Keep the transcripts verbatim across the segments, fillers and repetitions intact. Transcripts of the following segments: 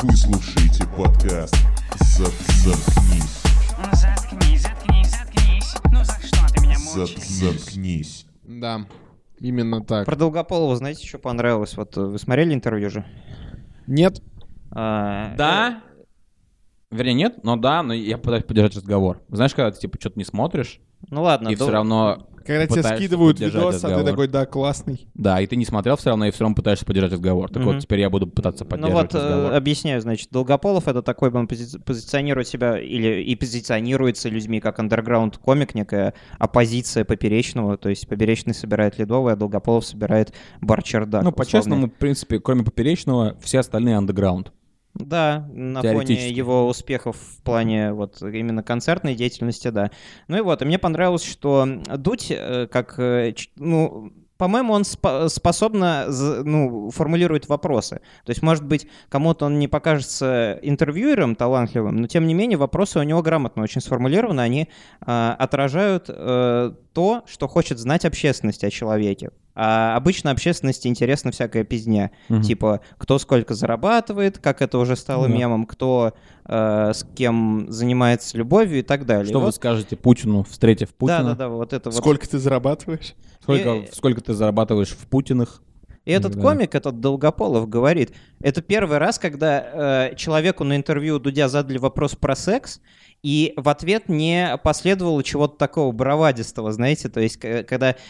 Вы слушаете подкаст «Заткнись». Ну заткнись, заткнись, заткнись. Ну за что ты меня мучаешь? Заткнись. Да, именно так. Про Долгополова, знаете, что понравилось? Вот вы смотрели интервью же? Нет? А, Да. Вернее, нет, но да, но я пытаюсь поддержать разговор. Знаешь, когда ты типа что-то не смотришь, Ну ладно. и Дол- все равно Когда тебе пытаешься скидывают поддержать видос, а ты разговор. такой, да, классный. Да, и ты не смотрел все равно, и все равно пытаешься поддержать разговор. Так Мгм. вот, теперь я буду пытаться Ну поддерживать вот, э, разговор. объясняю, значит, Долгополов — это такой, он пози- позиционирует себя, или и позиционируется людьми как андерграунд-комик, некая оппозиция Поперечного, то есть Поперечный собирает Ледовый, а Долгополов собирает бар-чердак. Ну, условный. по-честному, в принципе, кроме Поперечного, все остальные андеграунд. Да, на фоне Теоретически. его успехов в плане вот именно концертной деятельности, да. Ну и вот, и мне понравилось, что Дудь, э, как, э, ч- ну, по-моему, он спо- способно, з- ну, формулировать вопросы. То есть, может быть, кому-то он не покажется интервьюером талантливым, но, тем не менее, вопросы у него грамотно очень сформулированы, они э, отражают э, то, что хочет знать общественность о человеке. А обычно общественности интересна всякая пизня. Мгм. Типа, кто сколько зарабатывает, как это уже стало Да. мемом, кто э, с кем занимается любовью и так далее. Что И вы вот- скажете Путину, встретив Путина? Да-да-да, вот это вот. Сколько ты зарабатываешь? Сколько, И- сколько ты зарабатываешь в Путиных? И этот Да. комик, этот Долгополов, говорит, это первый раз, когда э, человеку на интервью у Дудя задали вопрос про секс, и в ответ не последовало чего-то такого бравадистого, знаете, то есть к- когда, э,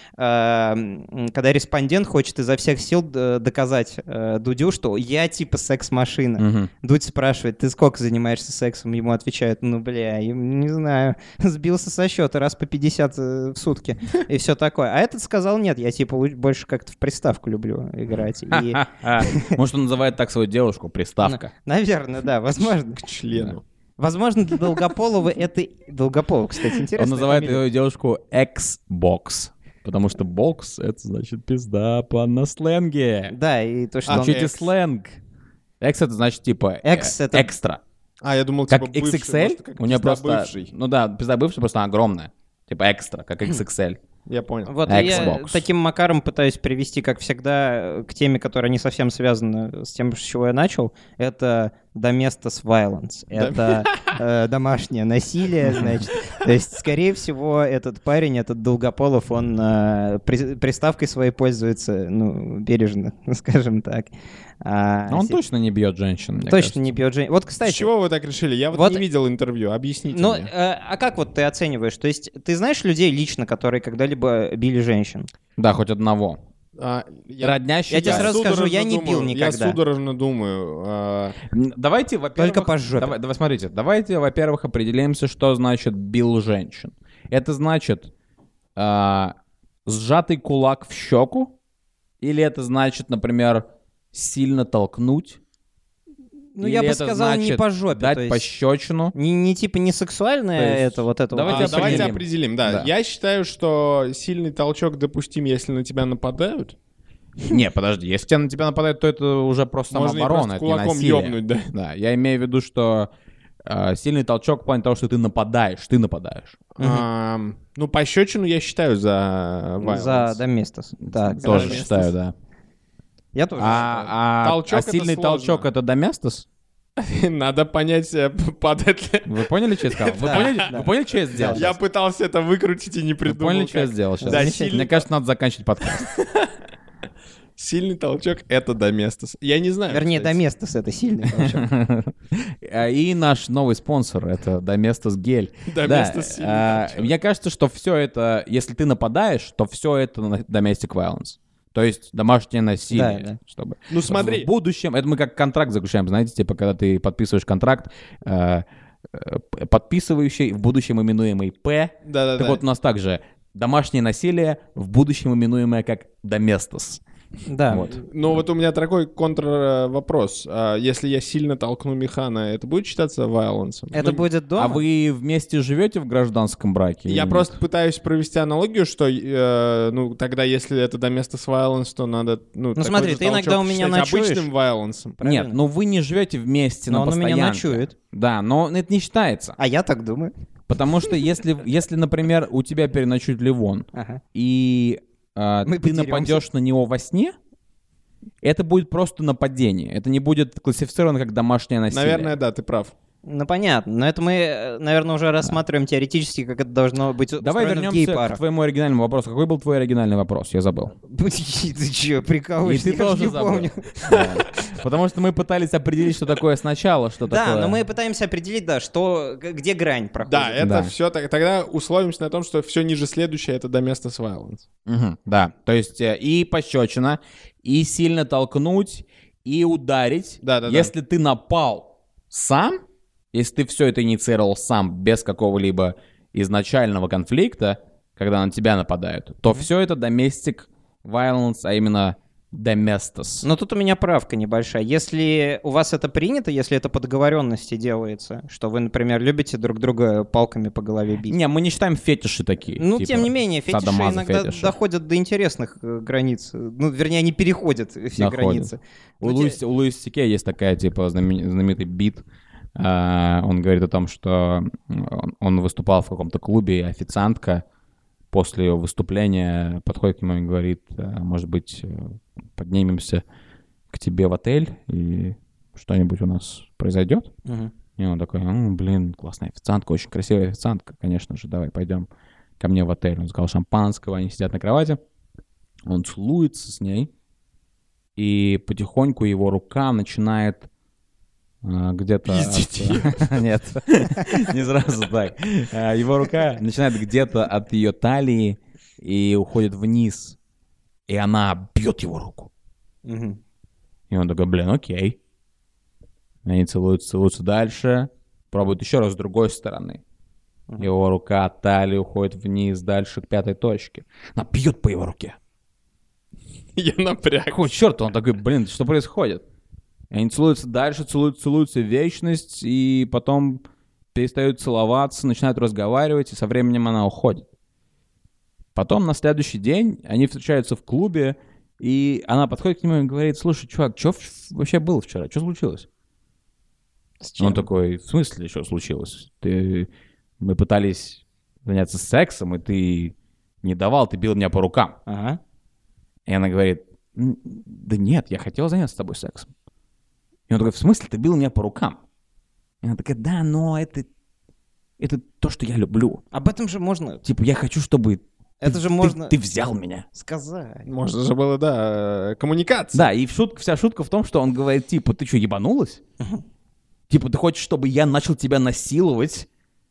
м, когда респондент хочет изо всех сил д- доказать э, Дудю, что я типа секс-машина. Мгм. Дудь спрашивает, ты сколько занимаешься сексом? Ему отвечают, ну, бля, я не знаю, сбился со счета раз по пятьдесят э, в сутки и все такое. А этот сказал, нет, я типа лу- больше как-то в приставку люблю играть. И, Ха-ха. Может, он называет так свою девушку, приставка. наверное, да, возможно. К члену. Возможно, для Долгополова это... Долгополов, кстати, интересно. Он называет свою девушку Xbox. Потому что бокс — это значит пизда по на сленге. Да, и то, что А, он... Учите X. сленг. X — это значит типа э, X — это- экстра. А, я думал, Как типа бывший, икс икс эль, может, как у нее пизда просто... бывший. Ну да, пизда бывшая просто огромная. Типа экстра, как икс икс эль. Я понял. Вот и я Xbox. таким макаром пытаюсь привести, как всегда, к теме, которая не совсем связана с тем, с чего я начал. Это domestic violence. Это э, домашнее насилие, значит. То есть, скорее всего, этот парень, этот Долгополов, он э, при- приставкой своей пользуется, ну, бережно, скажем так. А, Но он си- точно не бьет женщин, мне точно кажется. не бьет женщин. Вот, С кстати... чего вы так решили? Я вот, Вот- не видел интервью, объясните Ну, мне. э, а как вот ты оцениваешь? То есть, ты знаешь людей лично, которые когда-либо били женщин? Да, хоть одного. А, Роднящий. Я тебе да. сразу скажу, судорожно я не бил думаю, никогда. Я судорожно думаю. а, М, Давайте, во-первых... Только по жопе. Давай, давай, смотрите. Давайте, во-первых, определимся, что значит бил женщин. Это значит а, сжатый кулак в щеку? Или это значит, например, сильно толкнуть? Ну, Или я бы это сказал, не значит по жопе. дать то есть пощечину? Не, не типа не сексуальное То есть это, вот это давайте вот. а, давайте определим. определим. Да. Да. Я считаю, что сильный толчок допустим, если на тебя нападают. Не, подожди, если тебя на тебя нападают, то это уже просто Можно и самооборона, просто это не кулаком насилие. ёбнуть, да. Да, я имею в виду, что э, сильный толчок в плане того, что ты нападаешь, ты нападаешь. А, ну, пощечину я считаю за violence. За доместос. Так, Тоже Доместос. считаю, да. я тоже. считаю. А, а- Толчок а это сильный сложно. толчок — это доместос? Надо понять, э, падает ли. Вы поняли, что я сказал? Вы Да, поняли, да. вы поняли, что я сделал Я сейчас? пытался это выкрутить и не Вы придумал. поняли, что я как. сделал сейчас? Да, Мне сильный, кажется, надо заканчивать подкаст. сильный толчок — это доместос. Я не знаю. Вернее, кстати. доместос это сильный толчок. А, И наш новый спонсор — это Доместос Гель. Доместос Да, сильный а, толчок. Мне кажется, что все это, если ты нападаешь, то все это на- domestic violence. То есть домашнее насилие. Да, да. Чтобы... Ну, смотри. В будущем, это мы как контракт заключаем, знаете, типа, когда ты подписываешь контракт, э, э, подписывающий, в будущем именуемый П. Да-да-да. Так вот, у нас также домашнее насилие, в будущем именуемое как доместос. Да. Вот. Ну вот у меня такой контрвопрос. А если я сильно толкну Михана, это будет считаться violence? Это Ну, будет дома? А вы вместе живете в гражданском браке? Я или просто нет? пытаюсь провести аналогию, что, э, ну, тогда, если это доместос violence, то надо, ну, такой смотри, же ты иногда толчок у меня считать ночуешь. обычным violence. Правильно? Нет, ну вы не живете вместе Но на он у меня постоянке. ночует. Да, но это не считается. А я так думаю. Потому что если, если например, у тебя переночует Ливон, Ага. и а, Мы ты подеремся. нападешь на него во сне, это будет просто нападение. Это не будет классифицировано как домашнее насилие. Наверное, да, ты прав. Ну, понятно. Но это мы, наверное, уже рассматриваем теоретически, как это должно быть Давай устроено в вернемся гей-парах. к твоему оригинальному вопросу. Какой был твой оригинальный вопрос? Я забыл. Ты чё, И прикалываешься? ты Я тоже не забыл. помню. Да. Потому что мы пытались определить, что такое сначала, что Да, такое... но мы пытаемся определить, да, что, г- где грань проходит. Да, это Да. все так. Тогда условимся на том, что все ниже следующее — это domestic violence. Мгм, да, то есть э, и пощечина, и сильно толкнуть, и ударить. Да-да-да. Если ты напал сам, если ты все это инициировал сам, без какого-либо изначального конфликта, когда на тебя нападают, то все это domestic violence, а именно domestos. Но тут у меня правка небольшая. Если у вас это принято, если это по договоренности делается, что вы, например, любите друг друга палками по голове бить. Не, мы не считаем фетиши такие. Ну, типа тем не менее, фетиши садомазо иногда фетиши. доходят до интересных э, границ. Ну, вернее, они переходят все Доходят. границы. У, Ну, Луис, те- у Луис Си Кей есть такая, типа, знамени- знаменитый бит. А, он говорит о том, что он, он выступал в каком-то клубе, и официантка после выступления подходит к нему и говорит, «А, может быть, э, поднимемся к тебе в отель, и что-нибудь у нас произойдет?» Мгм. И он такой, «М, блин, классная официантка, очень красивая официантка, конечно же, давай пойдем ко мне в отель». Он сказал шампанского, они сидят на кровати, он целуется с ней, и потихоньку его рука начинает а, где-то... Пиздить от- Нет, не сразу так. А, Его рука начинает где-то от ее талии и уходит вниз, и она бьет его руку. Мгм. И он такой, блин, окей. Они целуются, целуются дальше, пробуют еще раз с другой стороны. Его рука от талии уходит вниз, дальше к пятой точке. Она бьет по его руке. Я напряг. Какого черта? Он такой, блин, что происходит? И они целуются дальше, целуются, целуются в вечность, и потом перестают целоваться, начинают разговаривать, и со временем она уходит. Потом на следующий день они встречаются в клубе, и она подходит к нему и говорит, слушай, чувак, что вообще было вчера? Что случилось? С чем? Он такой, в смысле, что случилось? Ты... Мы пытались заняться сексом, и ты не давал, ты бил меня по рукам. Ага. И она говорит, «М, да нет, я хотел заняться с тобой сексом. И он такой, в смысле, ты бил меня по рукам? И она такая, да, но это, это то, что я люблю. Об этом же можно Типа, я хочу, чтобы Это ты, же ты- можно- ты взял меня. сказать. Можно же было, да, э, коммуникация. Да, и шутка, вся шутка в том, что он говорит, типа, ты что, ебанулась? Типа, ты хочешь, чтобы я начал тебя насиловать,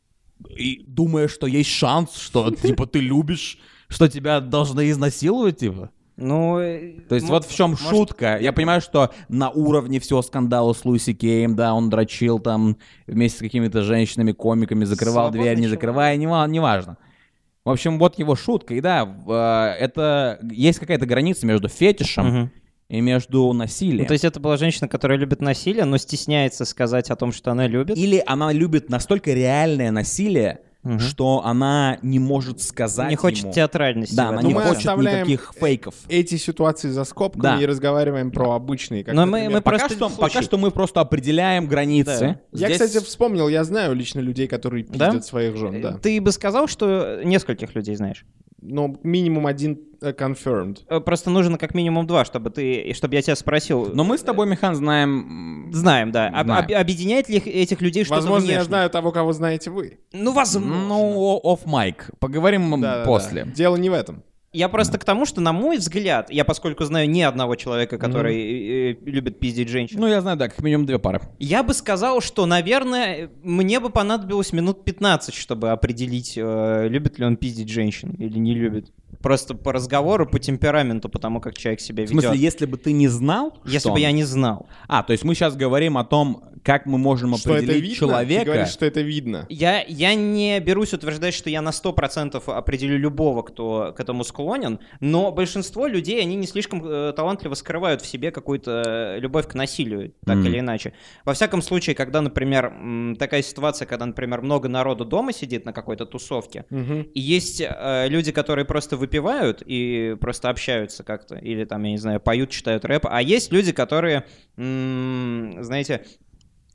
и думая, что есть шанс, что, типа, ты любишь, что тебя должны изнасиловать, типа? Ну, э, То есть мо- вот в чем может, шутка. Я понимаю, что на уровне всего скандала с Луиси Кеем, да, он дрочил там вместе с какими-то женщинами-комиками, закрывал Свободный дверь, не человек. закрывая, нева- неважно. В общем, вот его шутка. И да, в- э, это есть какая-то граница между фетишем Мгм. и между насилием. Ну, то есть это была женщина, которая любит насилие, но стесняется сказать о том, что она любит. Или она любит настолько реальное насилие, Мгм. что она не может сказать Не хочет ему. театральности. Да, в она этом. не мы хочет оставляем никаких фейков. Эти ситуации за скобками Да. и разговариваем про обычные. Как, Но мы- например, мы Пока просто что, случай. пока что мы просто определяем границы. Я, Здесь- кстати, вспомнил, я знаю лично людей, которые Да? пиздят своих жен, да. Ты бы сказал, что нескольких людей знаешь? Но минимум один э, confirmed. Э, Просто нужно как минимум два, чтобы ты, и чтобы я тебя спросил. Но мы с тобой, Михан, знаем... Знаем, да. Об- Знаем. об- объединяет ли их- этих людей что-то Возможно, я внешнее? знаю того, кого знаете вы. Ну, возможно. Ну, оф-майк. Поговорим Да-да-да. после. Дело не в этом. Я просто к тому, что, на мой взгляд, я поскольку знаю ни одного человека, который э, э, любит пиздить женщин, Ну, я знаю, да, как минимум две пары. я бы сказал, что, наверное, мне бы понадобилось минут пятнадцать, чтобы определить, э, любит ли он пиздить женщин или не любит. Просто по разговору, по темпераменту, потому как человек себя В ведет. смысле, если бы ты не знал, Если что бы он- я не знал. А, то есть мы сейчас говорим о том, как мы можем Что это определить видно? Ты человека... говоришь, что это видно. Я, я не берусь утверждать, что я на сто процентов определю любого, кто к этому склонен, но большинство людей, они не слишком э, талантливо скрывают в себе какую-то любовь к насилию, так Мгм. или иначе. Во всяком случае, когда, например, м, такая ситуация, когда, например, много народу дома сидит на какой-то тусовке, Мгм. и есть э, люди, которые просто выпивают и просто общаются как-то, или там, я не знаю, поют, читают рэп, а есть люди, которые, м, знаете,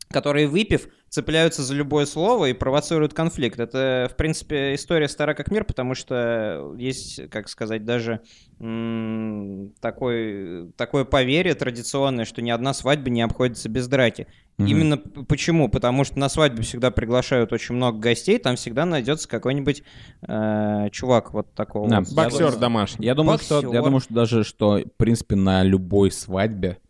которые, выпив, цепляются за любое слово и провоцируют конфликт. Это, в принципе, история стара как мир, потому что есть, как сказать, даже м- такой, такое поверье традиционное, что ни одна свадьба не обходится без драки. Mm-hmm. Именно п- почему? Потому что на свадьбу всегда приглашают очень много гостей, там всегда найдется какой-нибудь э- чувак вот такого. Да, вот. Боксер домашний. Я думаю, Боксер. что, я думаю, что даже, что, в принципе, на любой свадьбе,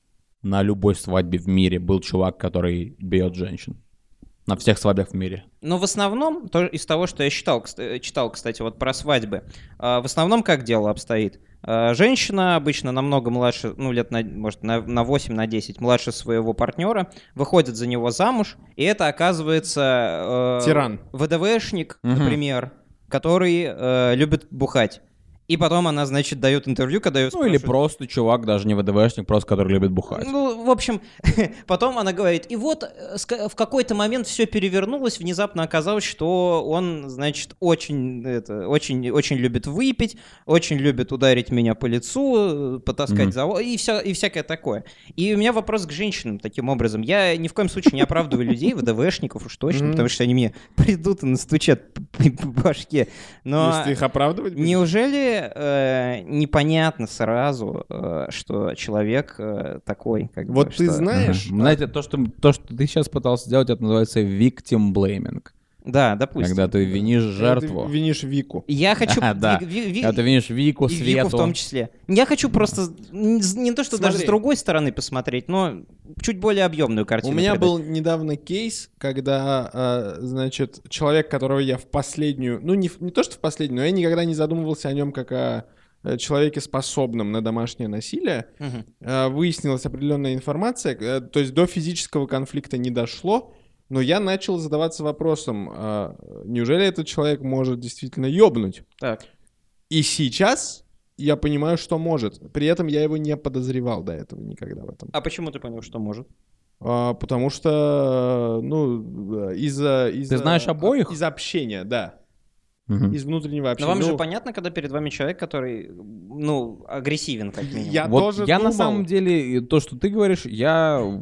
на любой свадьбе в мире был чувак, который бьет женщин. На всех свадьбах в мире. Но в основном, то, из того, что я читал, кста- читал, кстати, вот про свадьбы, э, в основном как дело обстоит? Э, женщина обычно намного младше, ну, лет, на, может, на, на восемь, на десять младше своего партнера, выходит за него замуж, и это оказывается... Э, Тиран. ВДВшник, Мгм. например, который э, любит бухать. И потом она, значит, дает интервью, когда ее Ну или спрашивают... просто чувак, даже не ВДВшник, просто который любит бухать. Ну, в общем, потом она говорит, и вот э, ска- в какой-то момент все перевернулось, внезапно оказалось, что он, значит, очень, это, очень, очень любит выпить, очень любит ударить меня по лицу, э, потаскать Мгм. за... во- И, вся, и всякое такое. И у меня вопрос к женщинам таким образом. Я ни в коем случае не оправдываю людей, ВДВшников уж точно, Мгм. потому что они мне придут и настучат по по башке. Но... Если ты их оправдывать будешь? Неужели э, непонятно сразу, э, что человек э, такой, как бы, Вот ты что- знаешь... Ага. Знаете, то что, то, что ты сейчас пытался сделать, это называется victim blaming. Да, допустим. Когда ты винишь Когда ты жертву. винишь Вику. Я хочу... А, да. ви- ви- ви- Когда ты винишь Вику, и Свету. Вику в том числе. Я хочу просто не, не то, что даже с Смотри. другой стороны посмотреть, но чуть более объемную У картину. меня придать. был недавно кейс, когда, э, значит, человек, которого я в последнюю... Ну, не, в- не то, что в последнюю, но я никогда не задумывался о нем как о э, человеке, способном на домашнее насилие. Мгм. Э, выяснилась определенная информация, э, то есть до физического конфликта не дошло, но я начал задаваться вопросом, э, неужели этот человек может действительно ёбнуть? Так. И сейчас я понимаю, что может. При этом я его не подозревал до этого никогда в этом. А почему ты понял, что может? А, потому что, ну, э, из-за... из-за- знаешь обоих? Из общения, да. Мгм. Из внутреннего Но общения. вам же Ну, понятно, когда перед вами человек, который, ну, агрессивен, как минимум. Я Вот тоже я на думал. самом деле, то, что ты говоришь, я...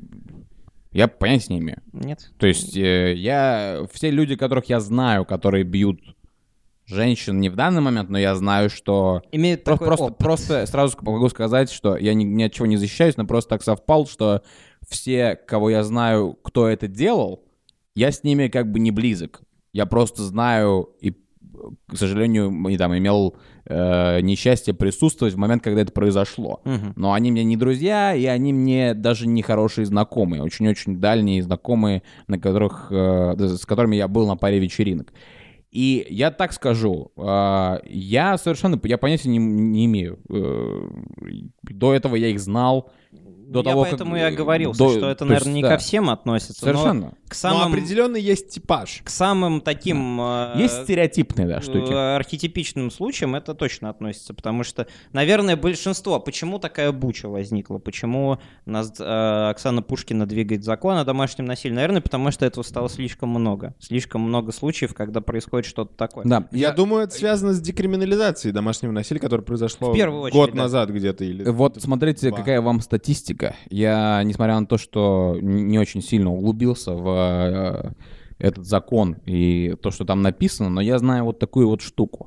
Я понятия не имею. Нет? То есть э, я... Все люди, которых я знаю, которые бьют женщин не в данный момент, но я знаю, что... Имеют Про- такой просто, опыт. просто сразу могу сказать, что я ни, ни от чего не защищаюсь, но просто так совпал, что все, кого я знаю, кто это делал, я с ними как бы не близок. Я просто знаю и, к сожалению, не там, имел э, несчастье присутствовать в момент, когда это произошло. Мгм. Но они мне не друзья, и они мне даже не хорошие знакомые, очень-очень дальние знакомые, на которых, э, с которыми я был на паре вечеринок. И я так скажу, э, я совершенно, я понятия не, не имею. Э, до этого я их знал. До я того, как- поэтому и оговорился, до- что это, то наверное, есть, не да. ко всем относится, но Совершенно. к Но самым, определенно есть типаж. к самым таким э, Есть стереотипные, да, штуки. э, архетипичным случаям это точно относится, потому что, наверное, большинство, почему такая буча возникла, почему нас э, Оксана Пушкина двигает закон о домашнем насилии, наверное, потому что этого стало слишком много, слишком много случаев, когда происходит что-то такое. Да, Я, думаю, это связано с декриминализацией домашнего насилия, которое произошло В первую очередь, год да. назад где-то. Или Вот смотрите, два. какая вам статистика. Я, несмотря на то, что н- не очень сильно углубился в э, этот закон и то, что там написано, но я знаю вот такую вот штуку.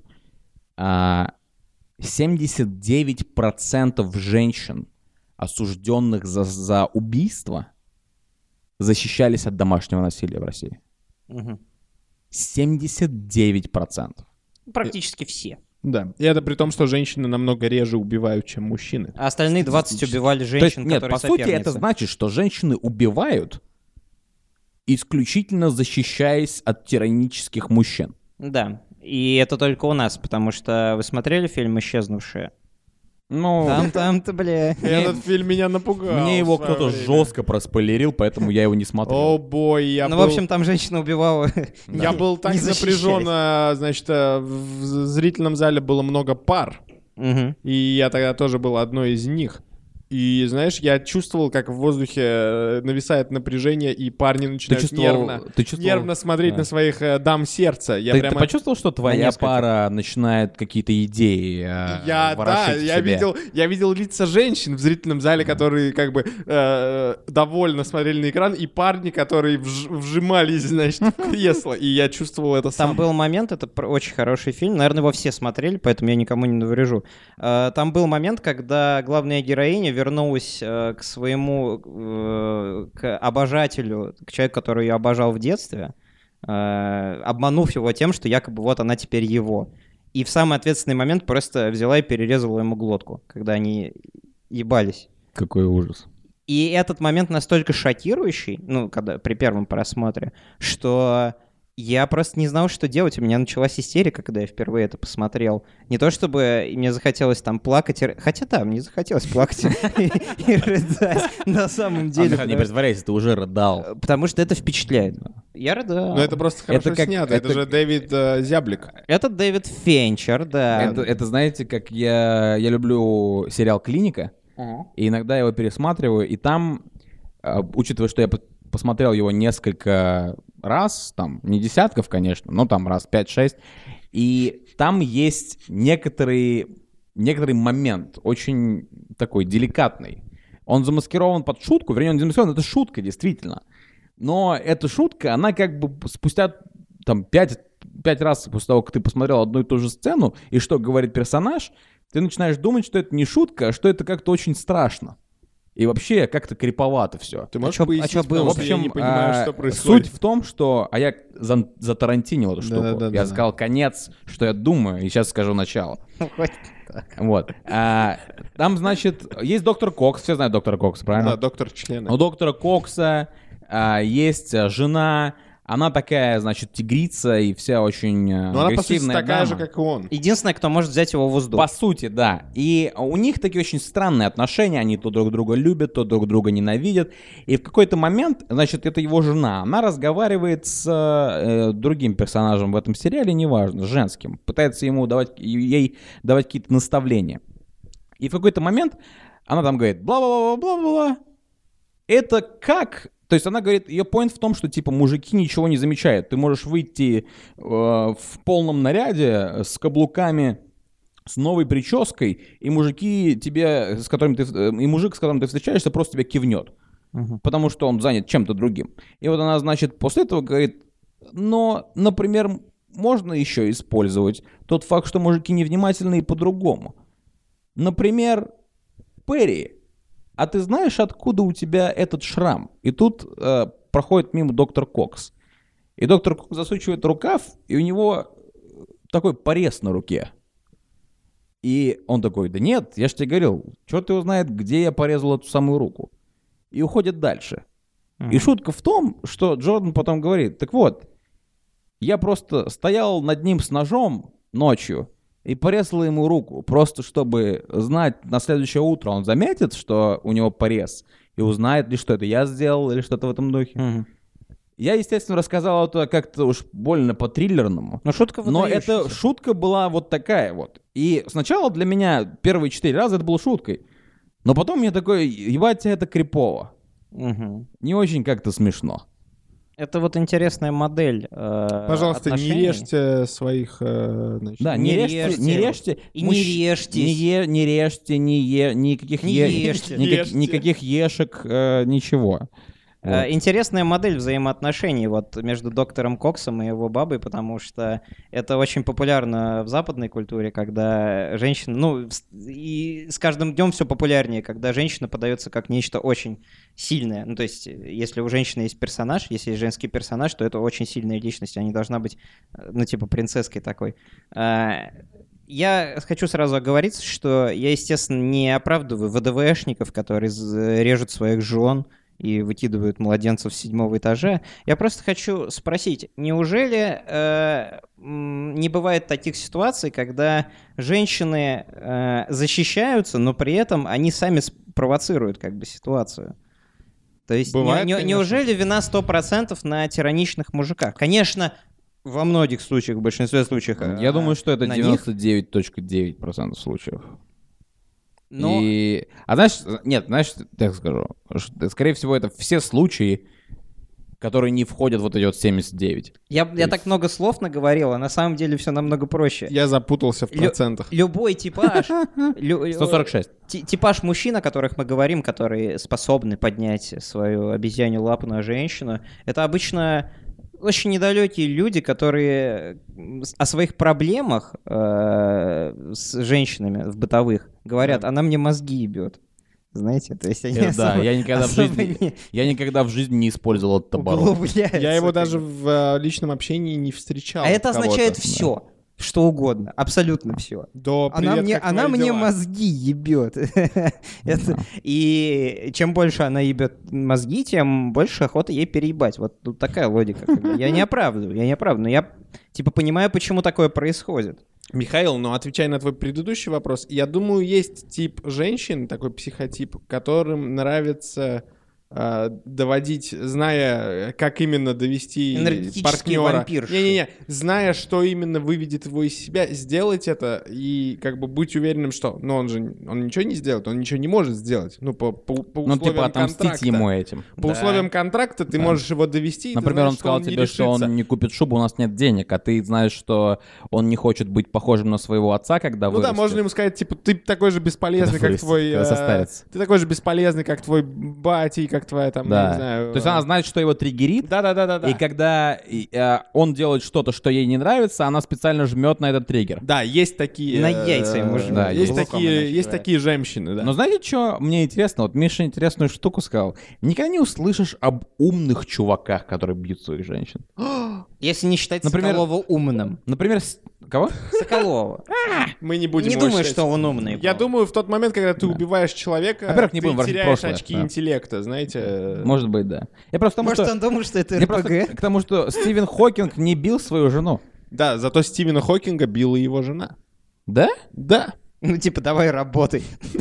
А, семьдесят девять процентов женщин, осужденных за, за убийство, защищались от домашнего насилия в России. Мгм. семьдесят девять процентов. Практически все. Да. И это при том, что женщины намного реже убивают, чем мужчины. А остальные двадцать убивали То есть, женщин, нет, которые по сути, это соперницы. значит, что женщины убивают, исключительно защищаясь от тиранических мужчин. Да, и это только у нас, потому что вы смотрели фильм «Исчезнувшие»? Ну, Там, там-то, бля. Этот фильм меня напугал. мне его в своё кто-то время. жестко проспойлерил, поэтому я его не О, смотрел. бой, я Ну, был... в общем, там женщина убивала. Я был так не защищаясь. напряжен, а, значит, а, в зрительном зале было много пар, Мгм. и я тогда тоже был одной из них. И, знаешь, я чувствовал, как в воздухе э, нависает напряжение, и парни начинают чувствовал- нервно, ты чувствовал- нервно смотреть да. на своих э, дам сердца. Я Ты, ты прямо... почувствовал, что твоя нескольких. пара начинает какие-то идеи э, Я, да, ворошить в я себе? видел, я видел лица женщин в зрительном зале, которые как бы э, довольно смотрели на экран, и парни, которые вж- вжимались, значит, в кресло, и я чувствовал это Там сам. был момент, это пр- очень хороший фильм, наверное, его все смотрели, поэтому я никому не наврежу. Э, Там был момент, когда главная героиня вернулась э, к своему, э, к обожателю, к человеку, который ее обожал в детстве, э, обманув его тем, что якобы вот она теперь его. И в самый ответственный момент просто взяла и перерезала ему глотку, когда они ебались. Какой ужас. И этот момент настолько шокирующий, ну, когда при первом просмотре, что я просто не знал, что делать. У меня началась истерика, когда я впервые это посмотрел. Не то чтобы мне захотелось там плакать, и- хотя да, мне захотелось плакать и и рыдать на самом деле. Не потому- притворяйся, ты уже рыдал. Потому что это впечатляет. Я рыдал. Но это просто хорошо Это как- снято, это, это- же Дэвид э, Зяблик. Это Дэвид Финчер, да. Это, это, знаете, как я, я люблю сериал «Клиника», и иногда я его пересматриваю, и там, э, учитывая, что я по- посмотрел его несколько раз, там, не десятков, конечно, но там раз пять-шесть, и там есть некоторый, некоторый момент, очень такой деликатный. Он замаскирован под шутку, вернее, он замаскирован, это шутка, действительно. Но эта шутка, она как бы спустя там пять, пять раз после того, как ты посмотрел одну и ту же сцену, и что говорит персонаж, ты начинаешь думать, что это не шутка, а что это как-то очень страшно. И вообще как-то криповато все. Ты можешь чё- а пояснить, чё было? потому В что я общем, не понимаю, а, что происходит. суть в том, что... А я за, затарантинил эту штуку. Да-да-да-да. Я сказал конец, что я думаю, и сейчас скажу начало. Хоть Вот. А, там, значит, есть доктор Кокс, все знают доктора Кокса, правильно? Да, доктор члена. У доктора Кокса а, есть а, жена, она такая, значит, тигрица и вся очень а, Но она, по сути, агрессивная такая дама. же, как и он. Единственное, кто может взять его в узду. По сути, да. И у них такие очень странные отношения, они то друг друга любят, то друг друга ненавидят. И в какой-то момент, значит, это его жена, она разговаривает с э, другим персонажем в этом сериале, неважно, женским, пытается ему давать, ей давать какие-то наставления. И в какой-то момент она там говорит бла-бла-бла-бла-бла-бла. Это как... То есть она говорит, ее point в том, что типа мужики ничего не замечают. Ты можешь выйти э, в полном наряде с каблуками, с новой прической, и мужики тебе, с которыми ты, э, и мужик, с которым ты встречаешься, просто тебя кивнет, Мгм. потому что он занят чем-то другим. И вот она, значит, после этого говорит, но, например, можно еще использовать тот факт, что мужики невнимательны и по-другому. Например, Перри. А ты знаешь, откуда у тебя этот шрам? И тут э, проходит мимо доктор Кокс. И доктор Кокс засучивает рукав, и у него такой порез на руке. И он такой, да нет, я же тебе говорил, черт его знает, где я порезал эту самую руку. И уходит дальше. И шутка в том, что Джордан потом говорит, так вот, я просто стоял над ним с ножом ночью, и порезала ему руку, просто чтобы знать, на следующее утро он заметит, что у него порез, и узнает ли, что это я сделал, или что-то в этом духе. Мгм. Я, естественно, рассказал это как-то уж больно по-триллерному. Но шутка Но выдающаяся. эта шутка была вот такая вот. И сначала для меня первые четыре раза это было шуткой. Но потом мне такой, ебать, это крипово. Мгм. Не очень как-то смешно. Это вот интересная модель э, Пожалуйста, не отношений. режьте своих... э, значит, Да, не, Не режьте, режьте. не режьте. И не режьтесь. Не, е- не режьте, не е, никаких, Не е- ешьте. никак- Ешьте. никаких ешек, э, ничего. Э, Интересная модель взаимоотношений вот между доктором Коксом и его бабой, потому что это очень популярно в западной культуре, когда женщина, ну, с- и с каждым днем все популярнее, когда женщина подается как нечто очень сильное. Ну, то есть, э, если у женщины есть персонаж, если есть женский персонаж, то это очень сильная личность, она не должна быть, э, ну, типа, принцесской такой. Э, Я хочу сразу оговориться, что я, естественно, не оправдываю ВДВшников, которые з- режут своих жен и выкидывают младенцев с седьмого этажа. Я просто хочу спросить, неужели э, м, не бывает таких ситуаций, когда женщины э, защищаются, но при этом они сами спровоцируют как бы ситуацию? То есть не- Бывает, не- конечно. неужели вина сто процентов на тираничных мужиках? Конечно, во многих случаях, в большинстве случаев. Я э, думаю, что это на них. девяносто девять целых девять процентов случаев. Но- И... А знаешь, нет, знаешь, так скажу, что, скорее всего, это все случаи, которые не входят в вот эти вот семьдесят девять. Я, я есть- так много слов наговорил, а на самом деле все намного проще. Я запутался в Лю- процентах. Любой типаж, лю- сто сорок шесть. ти- типаж мужчин, о которых мы говорим, которые способны поднять свою обезьянью лапу на женщину, это обычно очень недалекие люди, которые м, с- о своих проблемах э, с женщинами в бытовых говорят, Да. она мне мозги ебет. Знаете, то есть они Э, Да, особо- я никогда в особо жизни, не я никогда в жизни не использовал этот оборот. углубляются, Я его как даже бы. в э, личном общении не встречал. А это кого-то. означает все, что угодно, абсолютно все. Да, Она привет, мне, как она твои мне дела? мозги ебет. Это- И чем больше она ебет мозги, тем больше охота ей переебать. Вот тут такая логика. как бы. Я не оправдываю, я не оправдываю, но я типа понимаю, почему такое происходит. Михаил, ну отвечая на твой предыдущий вопрос, я думаю, есть тип женщин, такой психотип, которым нравится э, доводить, зная, как именно довести Энергетические партнера. вампирши. Не-не-не, зная, что именно выведет его из себя, сделать это и как бы быть уверенным, что, ну он же, он ничего не сделает, он ничего не может сделать, ну по, по, по Ну, условиям типа, отомстить контракта. ему этим. По Да. условиям контракта ты Да. можешь его довести. и ты Например, знаешь, он сказал не тебе, что решится. он не купит шубу, у нас нет денег, а ты знаешь, что он не хочет быть похожим на своего отца, когда Ну да, вырастет. можно ему сказать, типа, ты такой же бесполезный, Когда как вырастет, твой... когда э, состарится. Ты такой же бесполезный, как твой батя и как твоя там, Да. я не знаю... То есть она знает, что его триггерит, Да-да-да-да. и когда и, э, он делает что-то, что ей не нравится, она специально жмет на этот триггер. Да, есть такие... На э, яйца ему жмет. Да, есть глубоко, такие, иначе есть говоря. такие женщины, да. Но знаете, что мне интересно? Вот Миша интересную штуку сказал. Никогда не услышишь об умных чуваках, которые бьют своих женщин. Если не считать Например- Соколова умным. Например, с- кого? Соколова. Мы не будем Не его думаю, считать. что он умный. Я был. думаю, в тот момент, когда ты убиваешь человека, Во-первых, не ты будем ворошить теряешь прошлое, очки да. интеллекта, знаете. Может быть, да. Я просто потому, Может, что... он думал, что это Я просто РПГ? к тому, что Стивен Хокинг не бил свою жену. Да, зато Стивена Хокинга била его жена. Да? Да. Ну, типа, давай работай.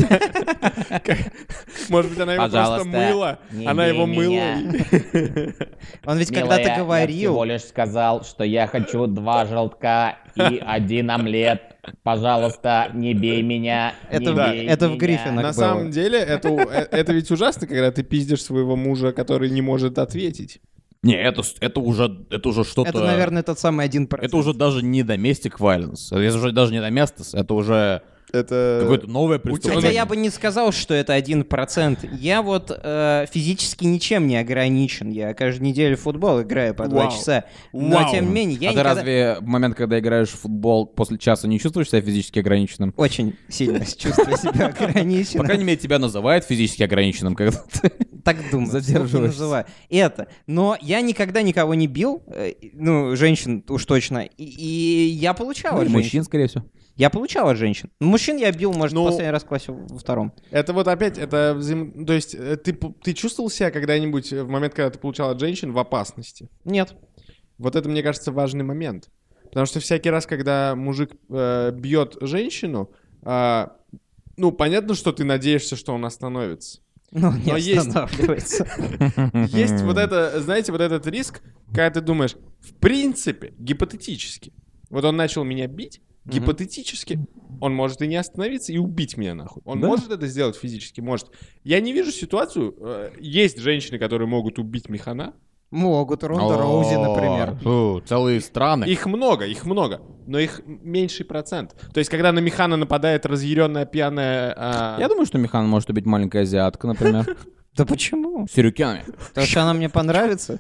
Может быть, она его просто Пожалуйста, мыла. не Она бей его мыла. меня. и- Он ведь Милая, когда-то я говорил... всего лишь сказал, что я хочу два желтка и один омлет. Пожалуйста, не бей меня. не Это, Да. бей это в меня. Гриффинах На было. самом деле, это, у- э, это ведь ужасно, когда ты пиздишь своего мужа, который не может ответить. Не, это, с- это уже, это уже что-то... Это, наверное, тот самый один процент. Это уже даже не domestic violence. Это уже даже не domestic. Это уже Это... какое-то новое Хотя преступление. я бы не сказал, что это один процент. Я вот э, физически ничем не ограничен. Я каждую неделю в футбол играю по два Вау. часа. Но, Вау. тем не менее, я а ты никогда... разве в момент, когда играешь в футбол после часа, не чувствуешь себя физически ограниченным? Очень сильно чувствую себя По ограниченным. крайней мере, тебя называют физически ограниченным, когда ты... Так думаю. Задерживаешься. вслух не называю. Это. Но я никогда никого не бил. э, Ну, женщин уж точно. И, и я получал от женщин. Мужчин, скорее всего. Я получал от женщин. Мужчин я бил, может, Ну, последний раз в классе во втором. Это вот опять, это взаим... То есть э, ты, п- ты чувствовал себя когда-нибудь в момент, когда ты получал от женщин, в опасности? Нет. Вот это, мне кажется, важный момент. Потому что всякий раз, когда мужик э, бьет женщину, а, ну, понятно, что ты надеешься, что он остановится. Ну, не Но есть- останавливается. Есть вот это, знаете, вот этот риск, когда ты думаешь, в принципе, гипотетически, вот он начал меня бить, гипотетически, он может и не остановиться и убить меня нахуй. Он Да. может это сделать физически, может. Я не вижу ситуацию, э, есть женщины, которые могут убить механа, Могут. Ронда Роузи, например. Фу, целые страны. их много, их много, но их меньший процент. То есть, когда на механа нападает разъяренная пьяная... а, Я думаю, что Михан может убить маленькая азиатка, например. Да почему? С сюрикенами. Потому что она мне понравится.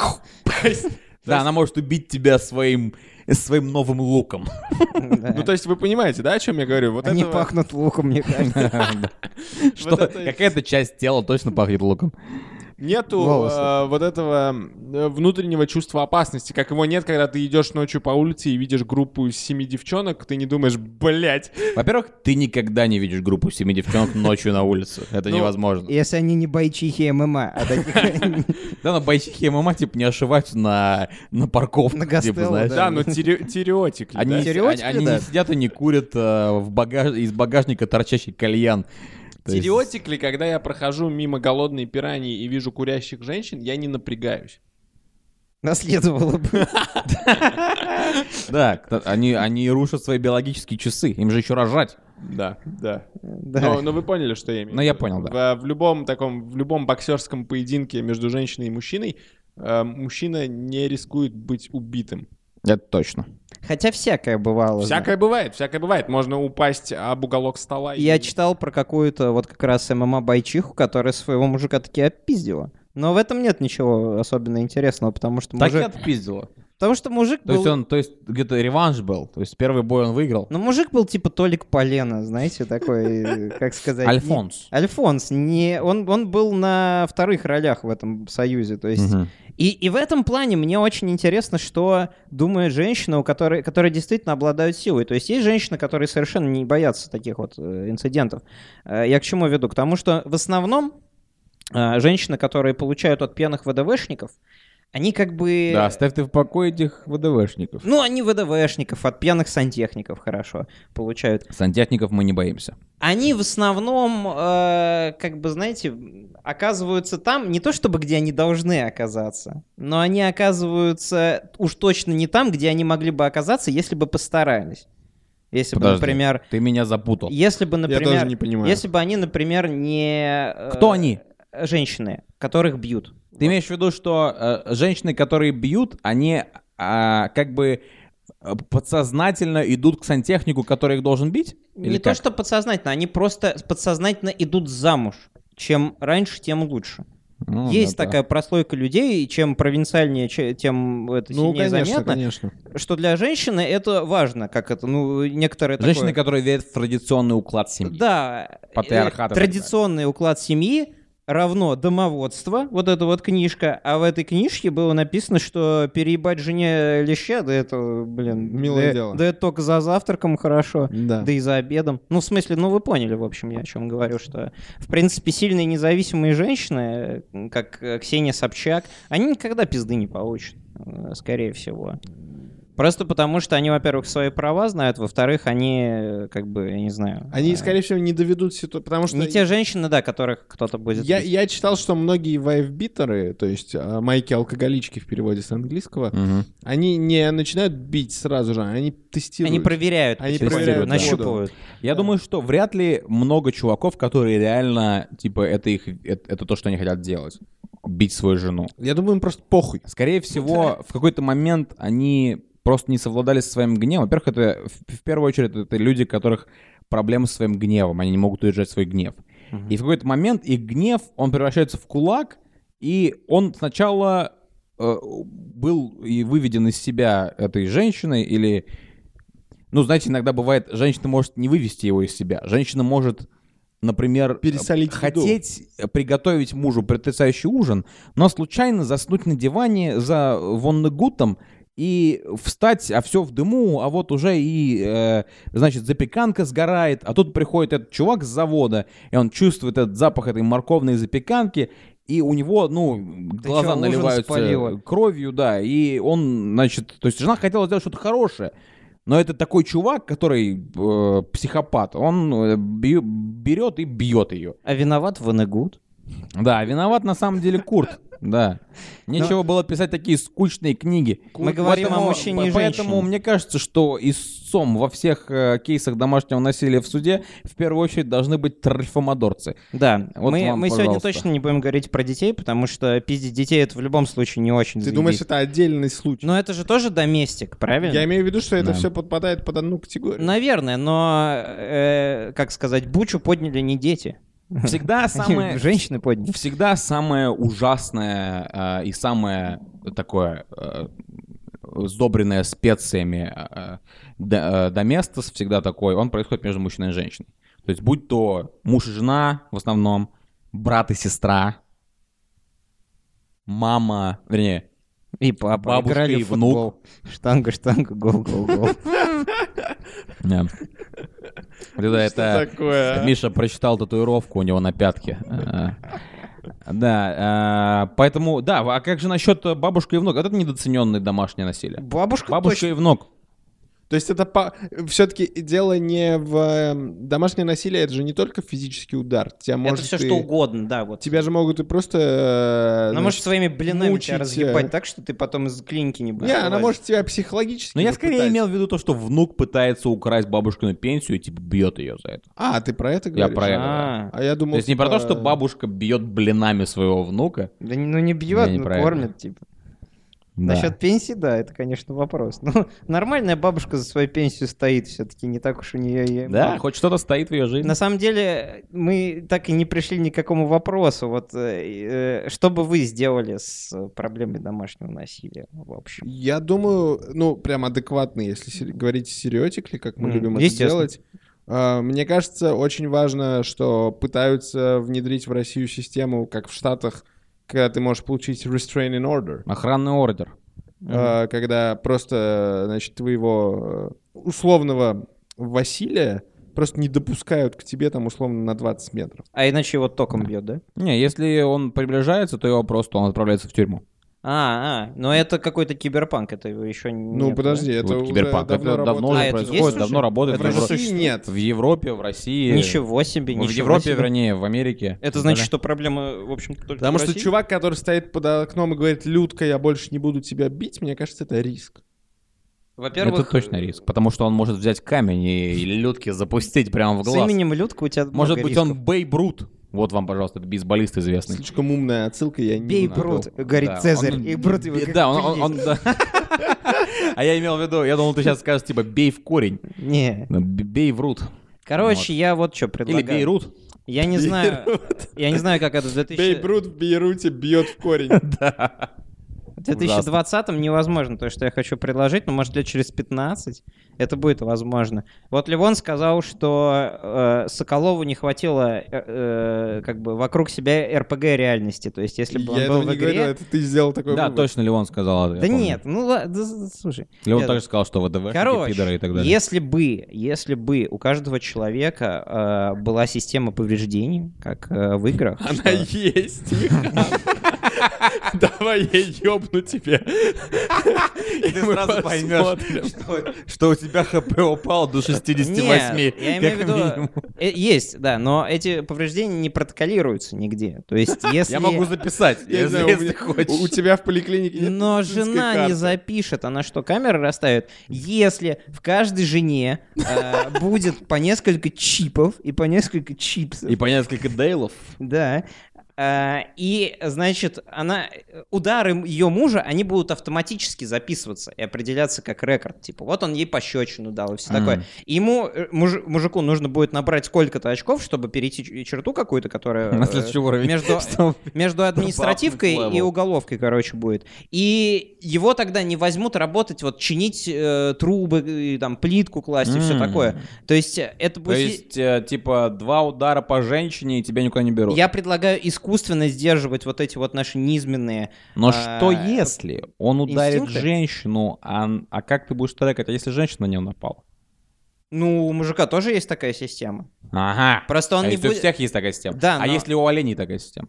Да, она может убить тебя своим своим новым луком. Ну, то есть, вы понимаете, да, о чем я говорю? Вот Они этого- пахнут луком, мне кажется. Что Вот это- какая-то часть тела точно пахнет луком. Нету Волосы. э, вот этого э, внутреннего чувства опасности, как его нет, когда ты идешь ночью по улице и видишь группу из семи девчонок, ты не думаешь, блядь. Во-первых, ты никогда не видишь группу семи девчонок ночью на улице. Это Ну, невозможно. Если они не бойчихи ММА, а таких... Да, но бойчихи ММА, типа, не ошиваются на, на парковке. На типа, Гастелло, знаешь. Да, но тере- теоретикли, Они, да? они- Стереотипы, они да. не сидят и не курят э, в багаж... из багажника торчащий кальян. То есть- Теоретикли, когда я прохожу мимо голодной пираньи и вижу курящих женщин, я не напрягаюсь. Наследовало бы. Да, кто- они, они рушат свои биологические часы. Им же еще рожать. Да, да. Да. Но, но вы поняли, что я имею Ну, в я виду. понял, да. В, в любом таком, в любом боксерском поединке между женщиной и мужчиной э, мужчина не рискует быть убитым. Это точно. Хотя всякое бывало. Всякое бывает, всякое бывает. Можно упасть об уголок стола. и- Я читал про какую-то вот как раз ММА-бойчиху, которая своего мужика таки отпиздила. Но в этом нет ничего особенно интересного, потому что Так и мужик... отпиздила. Потому что мужик То есть был... он, то есть где-то реванш был. То есть первый бой он выиграл. Ну, мужик был типа Толик Полена, знаете, такой, как сказать... Альфонс. не- Альфонс. Не... Он, он был на вторых ролях в этом союзе, то есть... Мгм. И, и в этом плане мне очень интересно, что думает женщина, у которой, которые действительно обладают силой. То есть есть женщины, которые совершенно не боятся таких вот э, инцидентов. Э, я к чему веду? К тому, что в основном э, женщины, которые получают от пьяных ВДВшников, они как бы... Да, оставь ты в покое этих ВДВшников. Ну, они ВДВшников, от пьяных сантехников хорошо получают. Сантехников мы не боимся. Они в основном, э, как бы, знаете, оказываются там, не то чтобы где они должны оказаться, но они оказываются уж точно не там, где они могли бы оказаться, если бы постарались. Если бы, Подожди, например... ты меня запутал. Если бы, например... тоже не понимаю. Если бы они, например, не... э, Кто они? Женщины, которых бьют. Ты имеешь в виду, что э, женщины, которые бьют, они а, как бы э, подсознательно идут к сантехнику, который их должен бить? Или Не то, как? что подсознательно, они просто подсознательно идут замуж. Чем раньше, тем лучше. Ну, Есть да, такая прослойка людей, и чем провинциальнее, че- тем это Ну, сильнее конечно, заметно, конечно. что для женщины это важно, как это, ну, некоторые да. Женщины, такое... которые верят в традиционный уклад семьи. Да, Патриархат и э, так традиционный уклад семьи равно домоводство, вот эта вот книжка, а в этой книжке было написано, что переебать жене леща, да это, блин, Милое да, дело. да это только за завтраком хорошо. Да. Да и за обедом. Ну, в смысле, ну вы поняли, в общем, я о чем говорю, что, в принципе, сильные независимые женщины, э, как э, Ксения Собчак, они никогда пизды не получат, э, скорее всего. Просто потому, что они, во-первых, свои права знают, во-вторых, они, э, как бы, я не знаю... Они, э, скорее всего, не доведут ситуацию, потому что... Не те женщины, да, которых кто-то будет... Я, бить. я читал, что многие вайфбитеры, то есть а, майки-алкоголички в переводе с английского, Мгм. они не начинают бить сразу же, они тестируют. Они проверяют, Они потихоньку, проверяют нащупывают. Я думаю, что вряд ли много чуваков, которые реально, типа, это их, это, это то, что они хотят делать. Бить свою жену. Я думаю, им просто похуй. Скорее всего, в какой-то момент они просто не совладали со своим гневом. Во-первых, это в, в первую очередь это люди, у которых проблемы со своим гневом. Они не могут удержать свой гнев. И в какой-то момент их гнев, он превращается в кулак, и он сначала э, был и выведен из себя этой женщиной, или... Ну, знаете, иногда бывает, женщина может не вывести его из себя. Женщина может, например, Пересолить еду. хотеть приготовить мужу потрясающий ужин, но случайно заснуть на диване за воннегутом и встать, а все в дыму, а вот уже и, э, значит, запеканка сгорает, а тут приходит этот чувак с завода, и он чувствует этот запах этой морковной запеканки, и у него, ну, глаза чё, ужин наливаются спалила? кровью, да, и он, значит, то есть жена хотела сделать что-то хорошее, но это такой чувак, который э, психопат, он э, бью- берет и бьет ее. А виноват Ванегут? Да, виноват на самом деле Курт. Да. Нечего было писать такие скучные книги. Мы говорим о мужчине и Поэтому женщине. мне кажется, что истцом во всех э, кейсах домашнего насилия в суде в первую очередь должны быть тральфомадорцы. Да, Вот мы, вам, мы сегодня пожалуйста. точно не будем говорить про детей, потому что пиздить детей это в любом случае не очень Ты заебись. думаешь, это отдельный случай? Но это же тоже доместик, правильно? Я имею в виду, что это Да. все подпадает под одну категорию. Наверное, но, э, как сказать, бучу подняли не дети. Всегда самое... Женщины подняли. Всегда самое ужасное э, и самое такое э, сдобренное специями э, д- э, доместос всегда такой, он происходит между мужчиной и женщиной. То есть будь то муж и жена в основном, брат и сестра, мама, вернее, И папа Бабушка играли и в футбол. Штанга, штанга, гол, гол, гол. да. Вот это, это такое, а? Миша прочитал татуировку у него на пятке. А, Да, а, поэтому, да, а как же насчет бабушка и внук? Вот это недооцененное домашнее насилие. Бабушка, Бабушка точно. и внук. То есть это по... все-таки дело не в эм, домашнее насилие, это же не только физический удар. Тебя Это может все и- что угодно, да. Вот. Тебя же могут и просто... э, Она может значит, своими блинами мучить, тебя э. разъебать так, что ты потом из клиники не будешь Не, она вылазить. может тебя психологически Но я скорее попытать. имел в виду то, что внук пытается украсть бабушкину пенсию и типа бьет ее за это. А, ты про это Я говоришь? про это. да. А, А я думал, То есть не про типа, то, что бабушка бьет блинами своего внука. да не- ну не бьет, Я не но про это. кормит, типа. Да. Насчет пенсии, да, это, конечно, вопрос. Ну, нормальная бабушка за свою пенсию стоит все-таки, не так уж у нее и Да, мало. хоть что-то стоит в ее жизни. На самом деле, мы так и не пришли ни к какому вопросу. Вот э, э, что бы вы сделали с проблемой домашнего насилия, в общем? Я думаю, ну, прям адекватно, если сер- говорить стереотикли, как мы М, любим это естественно. делать. А, Мне кажется, очень важно, что пытаются внедрить в Россию систему, как в Штатах, когда ты можешь получить restraining order. Охранный ордер. А, Когда просто, значит, твоего э, условного Василия просто не допускают к тебе там условно на двадцать метров. А иначе его током бьет, да? Не, если он приближается, то его просто он отправляется в тюрьму. А, а, но это какой-то киберпанк, это его еще не. Ну, подожди, это Вот уже киберпанк. давно Это давно работает. уже А, это происходит, есть давно уже? работает. В в Евро- России нет. В Европе, в России. Ничего себе, В ничего Европе, себе. вернее, в Америке. Это значит, что проблема, в общем-то, только Потому в что России? чувак, который стоит под окном и говорит: «Людка, я больше не буду тебя бить», мне кажется, это риск. Во-первых, Это точно риск, потому что он может взять камень и, и Людке запустить прямо в с глаз. именем Людка у тебя Может много быть, рисков. он Бейб Рут. Вот вам, пожалуйста, это бейсболист известный. Слишком умная отсылка, я не Бей буду. Брут, говорит Да, Цезарь, он- и Брут его Бе- как Да, он, он- есть. он- да. А я имел в виду, я думал, ты сейчас скажешь, типа, бей в корень. Не. Ну, б- Бей в рут. Короче, Вот. я вот что Или предлагаю. Бейрут. Я не знаю, я не знаю, как это в две тысячи Бей Брут в Бейруте бьет в корень. в две тысячи двадцатом невозможно то, что я хочу предложить, но может лет через пятнадцать это будет возможно. Вот Левон сказал, что э, Соколову не хватило э, э, как бы вокруг себя эр пэ гэ реальности, то есть если бы он Я был этого в не говорил, игре... это ты сделал такой Да, вывод. точно Леон сказал. это, я Да помню. нет, ну ладно, да, да, слушай. Леон Я- также сказал, что вэ дэ вэ, Короче, пидоры и так далее. если бы, если бы у каждого человека э, была система повреждений, как э, в играх, Она что- есть. Давай я ёбну тебе. И ты сразу поймешь, что, что у тебя ха пэ упало до шестидесяти восьми. Нет, я имею в как виду, минимум. э, есть, да, но эти повреждения не протоколируются нигде. То есть, если... Я могу записать, Я не если, знаю, у если меня- хочешь. У у тебя в поликлинике нет Но медицинской жена не карты? запишет, она что, камеры расставит? Если в каждой жене э, будет по несколько чипов и по несколько чипсов, И по несколько дейлов. да, э, и, значит, она, удары ее мужа, они будут автоматически записываться и определяться как рекорд. Типа, вот он ей пощечину дал и все Мгм. такое. И ему, э, муж- мужику, нужно будет набрать сколько-то очков, чтобы перейти ч- черту какую-то, которая... На э, следующий уровень. между, Чтобы- между административкой Above и level. уголовкой, короче, будет. И его тогда не возьмут работать, вот, чинить э, трубы, и, там, плитку класть и все М. такое. То есть э, это То будет... есть, э, типа, два удара по женщине, и тебя никуда не берут. Я предлагаю искусственно сдерживать вот эти вот наши низменные... Но а, что если он ударит инстинкты? женщину, а, а как ты будешь трекать, а если женщина на него напала? Ну, у мужика тоже есть такая система. Ага. Просто он а не если будет... у всех есть такая система? Да, а но- если у оленей такая система?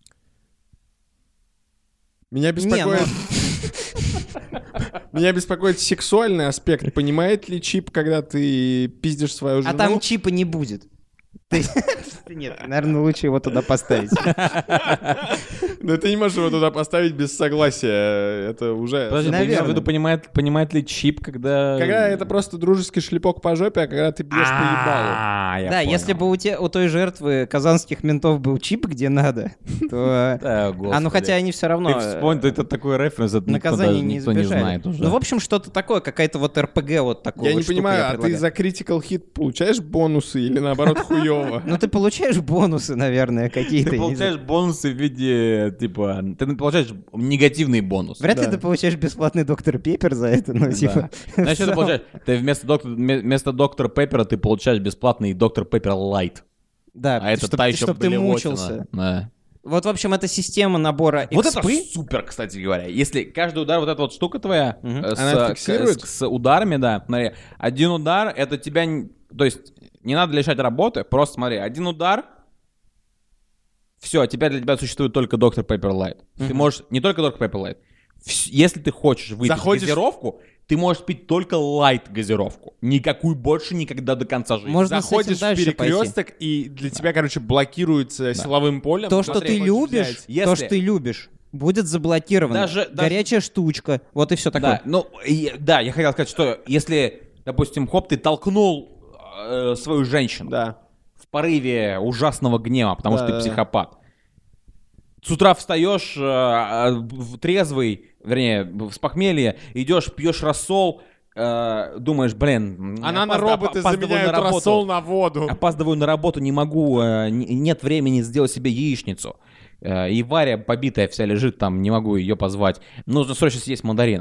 Меня беспокоит... ну- Меня беспокоит сексуальный аспект. Понимает ли чип, когда ты пиздишь свою жену? А там чипа не будет. Ты- Нет, наверное, лучше его туда поставить. Но ты не можешь его туда поставить без согласия. Это уже... Подожди, ты имеешь в Наверное. виду, понимает, понимает ли чип, когда... Когда это просто дружеский шлепок по жопе, а когда ты бьешь по ебалу. А, я Да, понял. если бы у, те, у той жертвы казанских ментов был чип где надо, то... Да, А ну господи. хотя они все равно... Ты вспомни, это такой референс, это никто, наказание даже, не никто не избежали. знает уже. Ну, в общем, что-то такое, какая-то вот эр пэ гэ вот такого. Я не штуку понимаю, а ты предлагаю. за critical hit получаешь бонусы или наоборот хуёво? Ну, ты получаешь бонусы, наверное, какие-то. Ты не получаешь знаю. бонусы в виде, типа, ты получаешь негативный бонус. Вряд ли Да. ты получаешь бесплатный доктор Пеппер за это, но типа... Знаешь, что ты в целом- получаешь? Ты вместо, доктора, вместо доктора Пеппера ты получаешь бесплатный доктор Пеппер Лайт. Да, А это чтоб- та еще чтоб ты блевотина. мучился. Да. Вот, в общем, это система набора Вот это экспы. супер, кстати говоря. Если каждый удар, вот эта вот штука твоя, Мгм. э, с, Она к- фиксирует? с- с ударами, да, смотри, один удар, это тебя, н- то есть, не надо лишать работы, просто смотри, один удар, все, теперь для тебя существует только доктор Пеппер Лайт. Ты можешь, не только доктор Пеппер Лайт, если ты хочешь выпить Заходишь- газировку, ты можешь пить только лайт газировку. Никакую больше никогда до конца жизни. Можно с этим Заходишь в дальше перекресток, и для тебя, короче, блокируется силовым полем. То, что Смотри, ты хочешь любишь, взять. то, Если- что ты любишь, будет заблокировано. Даже- даже- Горячая штучка. Вот и все такое. Да, ну, и- да, я хотел сказать, что если, допустим, хоп, ты толкнул э, свою женщину Да. в порыве ужасного гнева, потому что ты Да-да-да. психопат. С утра встаешь э, э, в- трезвый, вернее, с похмелья, идешь, пьешь рассол, э, думаешь, блин, Она на опозда- роботы опаздываю заменяют на работу. рассол на воду. Опаздываю на работу, не могу, э, н- нет времени сделать себе яичницу. Э, и Варя побитая вся лежит там, не могу ее позвать. Нужно срочно съесть мандарин.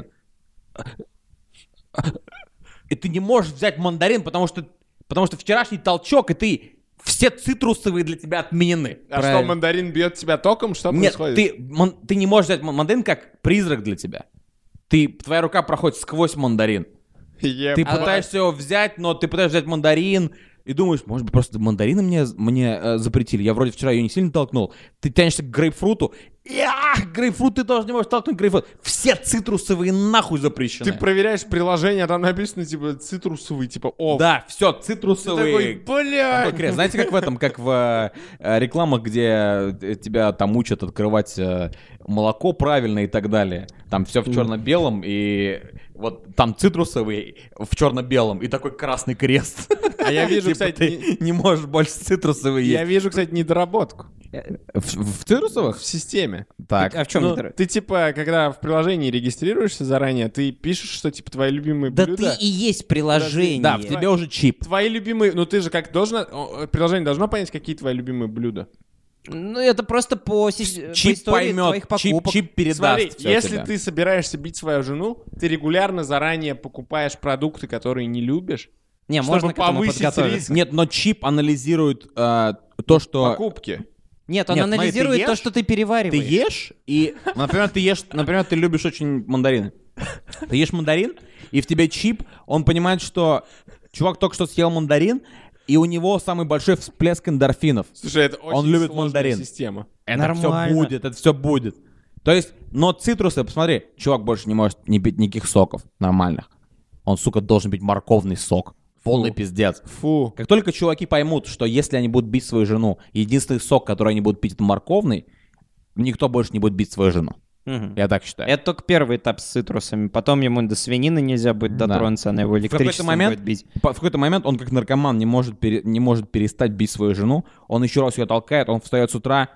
И ты не можешь взять мандарин, потому что, потому что вчерашний толчок, и ты... Все цитрусовые для тебя отменены. А что, Правильно. мандарин бьет тебя током? Что Нет, происходит? ты, ман- ты не можешь взять ман- мандарин как призрак для тебя. Ты, твоя рука проходит сквозь мандарин. Ебать. Ты пытаешься его взять, но ты пытаешься взять мандарин и думаешь, может быть, просто мандарины мне, мне э, запретили. Я вроде вчера ее не сильно толкнул. Ты тянешься к грейпфруту. И, ах, грейпфрут, ты тоже не можешь толкнуть грейпфрут. Все цитрусовые нахуй запрещены. Ты проверяешь приложение, там написано, типа, цитрусовый, типа, оф. Да, все, Ты цитрусовые. такой, блядь. Такой крест. Знаете, как в этом, как в э, рекламах, где э, тебя там учат открывать э, молоко правильно и так далее. Там все в черно-белом, и вот там цитрусовый в черно-белом, и такой красный крест. А я вижу, Типа кстати, ты не можешь больше цитрусовые Я есть. вижу, кстати, недоработку В, в цитрусовых? в системе. Так. А в чем Ну, недор- ты, типа, когда в приложении регистрируешься заранее, ты пишешь, что, типа, твои любимые Да блюда. ты и есть приложение. Да, в тебе уже чип. Твои любимые... Ну, ты же как должна... о, Приложение должно понять, какие твои любимые блюда. Ну, это просто по, си- по Чип истории поймет, твоих чип, покупок. чип передаст Смотри, всё если тебе. ты собираешься бить свою жену, ты регулярно заранее покупаешь продукты, которые не любишь, Не, чтобы можно к этому повысить подготовиться. риск Нет, но чип анализирует э, то, что... покупки. Нет, он Нет, смотри, ты анализирует то, ешь, что ты Ты перевариваешь. ешь, и, например, ты ешь, например, ты любишь очень мандарины. Ты ешь мандарин, и в тебе чип, он понимает, что чувак только что съел мандарин, и у него самый большой всплеск эндорфинов. Слушай, это очень Он любит сложная мандарин. система. Это все Нормально. будет, это все будет. То есть, но цитрусы, посмотри, чувак больше не может не пить никаких соков нормальных. Он, сука, должен пить морковный сок. Полный пиздец. Фу. Как только чуваки поймут, что если они будут бить свою жену, единственный сок, который они будут пить, это морковный, никто больше не будет бить свою жену. Мгм. Я так считаю. Это только первый этап с цитрусами. Потом ему до свинины нельзя будет Да. дотронуться, она его В какой-то электричеством момент, будет бить. по- в какой-то момент он как наркоман не может, пере- не может перестать бить свою жену. Он еще раз ее толкает, он встает с утра,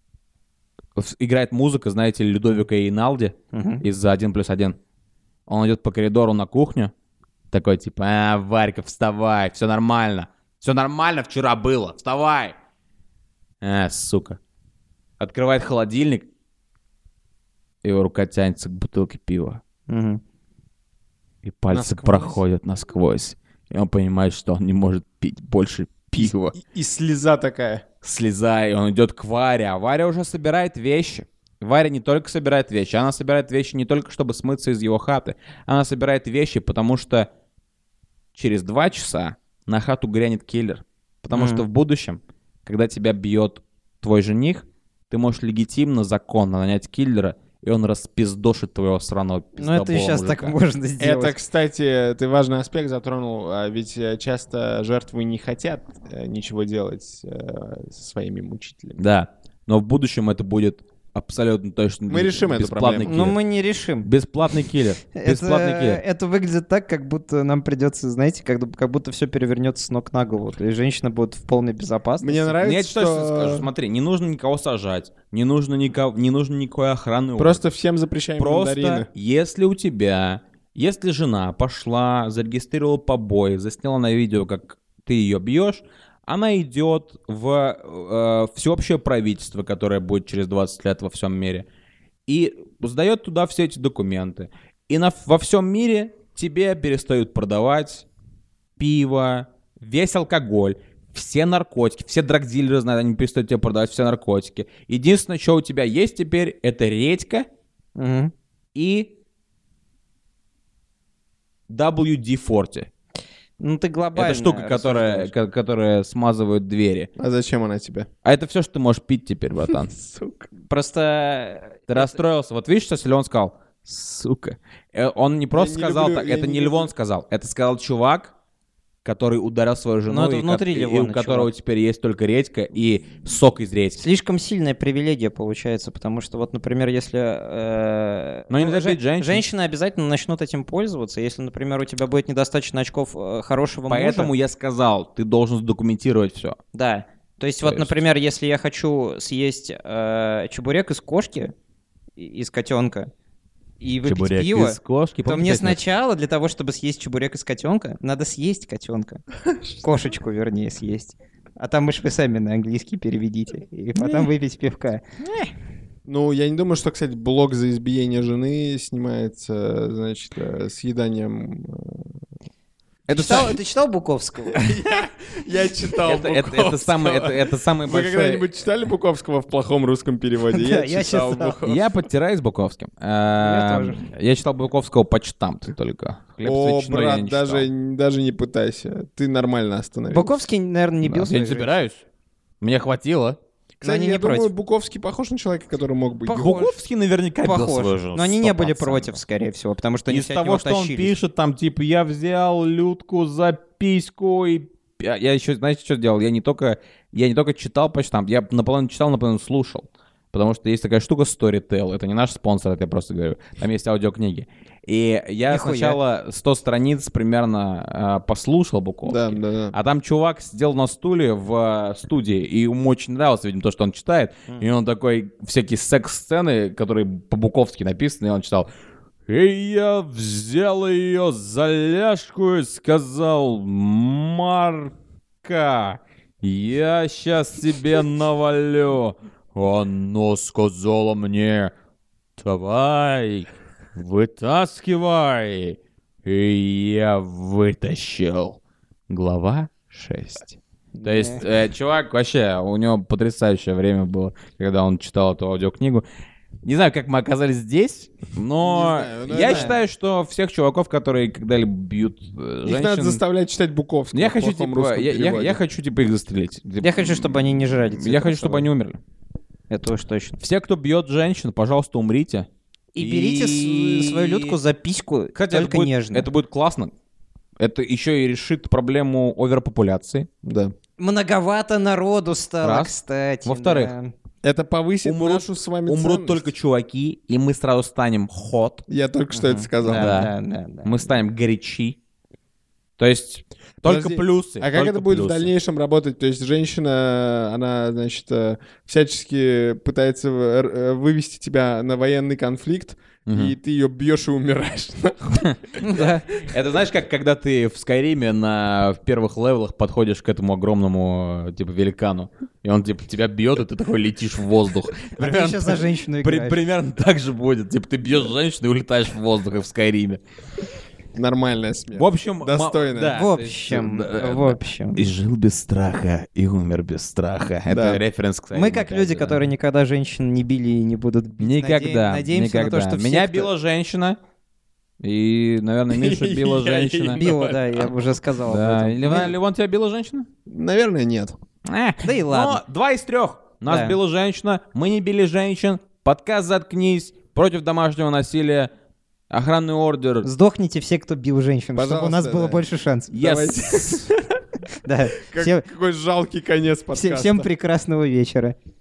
в- играет музыка, знаете, Людовика и Иналди Мгм. из один плюс один. Он идет по коридору на кухню, такой типа, а, Варька, вставай, все нормально. Все нормально вчера было, вставай. А, сука. Открывает холодильник, его рука тянется к бутылке пива. Мгм. И пальцы Насквозь. проходят насквозь. И он понимает, что он не может пить больше пива. И, и слеза такая. Слеза, и он идет к Варе, а Варя уже собирает вещи. Варя не только собирает вещи, она собирает вещи не только, чтобы смыться из его хаты. Она собирает вещи, потому что через два часа на хату грянет киллер. Потому Мгм. что в будущем, когда тебя бьет твой жених, ты можешь легитимно, законно нанять киллера, и он распиздошит твоего сраного Ну, это пиздобола сейчас мужика. так можно сделать. Это, кстати, ты важный аспект затронул, а ведь э, часто жертвы не хотят э, ничего делать э, со своими мучителями. Да, но в будущем это будет абсолютно точно Мы решим эту бесплатный проблему. Но киллер. мы не решим. Бесплатный киллер. Бесплатный Это, киллер. это выглядит так, как будто нам придется, знаете, как, как будто все перевернется с ног на голову. И женщина будет в полной безопасности. Мне Ну, нравится, я что что... скажу, смотри, не нужно никого сажать, не нужно, никого, не нужно никакой охраны. Просто всем запрещаем Просто мандарины. если у тебя, если жена пошла, зарегистрировала побои, засняла на видео, как ты ее бьешь, она идет в э, всеобщее правительство, которое будет через двадцать лет во всем мире, и сдает туда все эти документы. И на, во всем мире тебе перестают продавать пиво, весь алкоголь, все наркотики, все драгдилеры знают, они перестают тебе продавать все наркотики. Единственное, что у тебя есть теперь, это редька Мгм. и дабл ю ди сорок. Ну, ты глобально Это штука, которая, рассуждаешь. ко- которая смазывает двери. А зачем она тебе? А это все, что ты можешь пить теперь, братан. Сука. Просто... Ты расстроился. Вот видишь, что Силен сказал? Сука. Э, Он не просто не сказал люблю- так, я это не не люблю. Левон сказал, это сказал чувак, который ударил свою жену, Ну, это и, внутри ко- и Левона у которого чувак. теперь есть только редька и сок из редьки. Слишком сильная привилегия получается, потому что вот, например, если... э, Но нельзя же- бить женщин. Женщины обязательно начнут этим пользоваться, если, например, у тебя будет недостаточно очков э, хорошего Поэтому мужа. я сказал, ты должен задокументировать все. Да. То есть То вот, есть- например, если я хочу съесть э, чебурек из кошки, и- из котенка, и выпить пиво, кошки. то мне сначала для того, чтобы съесть чебурек из котенка, надо съесть котенка. Кошечку, вернее, съесть. А там уж вы сами на английский переведите. И потом выпить пивка. Ну, я не думаю, что, кстати, блок за избиение жены снимается, значит, э, съеданием... Ты читал, ты читал Буковского? Я читал Это, это, это, самый, это, это самый Вы большой... когда-нибудь читали Буковского в плохом русском переводе? Да, Я я читал читал. Буковского. Я подтираюсь Буковским. Я тоже. Я читал Буковского почтамт только. Хлеб с О, ветчиной я брат, не читал. даже, даже не пытайся. Ты нормально остановился. Буковский, наверное, не Да, бил я не своих собираюсь. Мне хватило. Кстати, они я не думаю, против. Буковский похож на человека, который мог быть. Похож. Буковский наверняка бил свою Похож. жену. Но они не были сто процентов. против, скорее всего, потому что они Из все от того, него что он тащились. пишет, там, типа, я взял Людку за письку и... Я я еще, знаете, что сделал? Я не только, я не только читал почтамт, я наполовину читал, наполовину слушал. Потому что есть такая штука Storytel. Это не наш спонсор, это я просто говорю. Там есть аудиокниги. И я Нихуя. сначала сто страниц примерно э, послушал Буковский. Да, да, да. А там чувак сидел на стуле в э, студии, и ему очень нравилось, видимо, то, что он читает. И он такой, всякие секс-сцены, которые по-буковски написаны, и он читал. И я взял ее за ляжку и сказал, Марка, я сейчас тебе навалю. Она сказала мне, давай, вытаскивай. И я вытащил. Глава шесть. То есть, э, чувак вообще, у него потрясающее время было, когда он читал эту аудиокнигу. Не знаю, как мы оказались здесь, но Не знаю, ну я это- считаю, что всех чуваков, которые когда-либо бьют э, Их женщин... надо заставлять читать Буковского. я в хочу, плохом типа, русском я, я- переводе. я хочу, типа, их застрелить. Я хочу, чтобы они не жрали. Я хочу, чтобы они умерли. Это уж точно. Все, кто бьет женщин, пожалуйста, умрите. И берите с- свою Людку за письку, Кстати, это только будет, нежно. это будет классно. Это еще и решит проблему оверпопуляции. Да. Многовато народу стало, Раз. кстати. Во-вторых, да. Это повысит Умрут- нашу с вами Умрут ценность. только чуваки, и мы сразу станем хот. Я только что это сказал. Да, Да. да, да, да. Мы станем горячи. То есть только Подожди, плюсы. А как только это будет плюсы. в дальнейшем работать? То есть женщина, она, значит, э, всячески пытается в- э, вывести тебя на военный конфликт, Мгм. и ты ее бьешь и умираешь. Да. Это знаешь, как когда ты в Скайриме на в первых левелах подходишь к этому огромному, э, типа, великану, и он, типа, тебя бьет, и ты такой летишь в воздух. А ты еще за женщину при- играешь. примерно так же будет. Типа, ты бьешь женщину и улетаешь в воздух, как в Скайриме. Нормальная смерть. В общем... ма- Достойно. да, В то есть, общем, да, в да. общем. И жил без страха, и умер без страха. Это Да. референс к Мы как опять люди, же, да. которые никогда женщин не били и не будут бить. Никогда, Наде- Надеемся никогда. на то, что все, Меня кто- била женщина, и, наверное, Миша била Я женщина. Била, да, я уже сказал. об Да, этом. Ливан, Ливан, тебя била женщина? Наверное, нет. Э, Да и ладно. Но два из трех. Нас Да. била женщина, мы не били женщин, подкаст «Заткнись», против домашнего насилия, охранный ордер. Сдохните все, кто бил женщин, чтобы у Пожалуйста, нас было да. больше шансов. Yes. Да. Как- Все- Какой жалкий конец все- подкаста. Всем прекрасного вечера.